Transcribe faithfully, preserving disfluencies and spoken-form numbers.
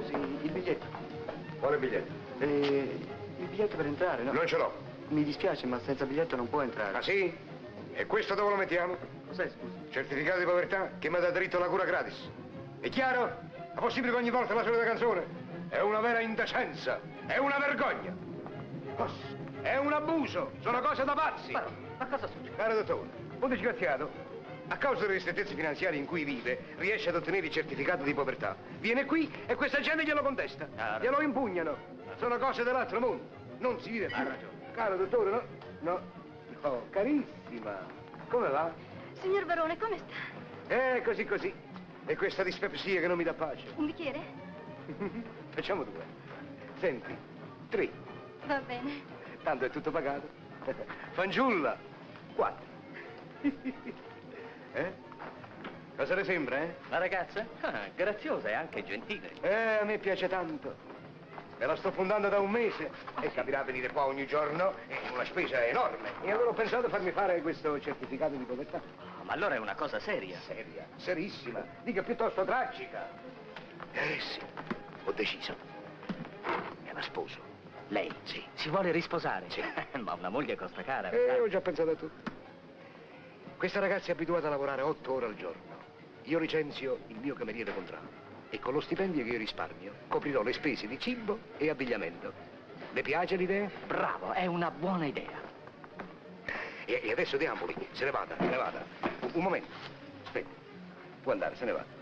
scusi, il biglietto. Quale biglietto? Eh, il biglietto per entrare, no? Non ce l'ho. Mi dispiace, ma senza biglietto non può entrare. Ah sì? E questo dove lo mettiamo? Cos'è, scusi? Certificato di povertà che mi dà diritto alla cura gratis. È chiaro? È possibile che ogni volta la solita canzone? È una vera indecenza. È una vergogna. È un abuso. Sono cose da pazzi. Ma, ma cosa succede? Caro dottore, un disgraziato, a causa delle ristrettezze finanziarie in cui vive, riesce ad ottenere il certificato di povertà. Viene qui e questa gente glielo contesta. Ah, glielo impugnano. Sono cose dell'altro mondo. Non si vive più. Ha ragione. Caro dottore, no? No. No, carissima. Come va? Signor Barone, come sta? Eh, così così. E questa dispepsia che non mi dà pace. Un bicchiere? Facciamo due. Senti, tre. Va bene. Tanto è tutto pagato. Fanciulla, quattro. Eh? Cosa le sembra, eh? La ragazza? Ah, graziosa e anche gentile. Eh, a me piace tanto. Me la sto fondando da un mese e capirà venire qua ogni giorno, è una spesa enorme. E allora ho pensato a farmi fare questo certificato di povertà. Oh, ma allora è una cosa seria. Seria, serissima, dica piuttosto tragica. Eh sì, ho deciso. Me la sposo. Lei, sì. Si vuole risposare? Sì. Ma una moglie costa cara. Eh, sai? ho già pensato a tutto. Questa ragazza è abituata a lavorare otto ore al giorno. Io licenzio il mio cameriere contrario. E con lo stipendio che io risparmio coprirò le spese di cibo e abbigliamento. Le piace l'idea? Bravo, è una buona idea. E, e adesso deambuli, se ne vada, se ne vada. Un, un momento, aspetti. Può andare, se ne va.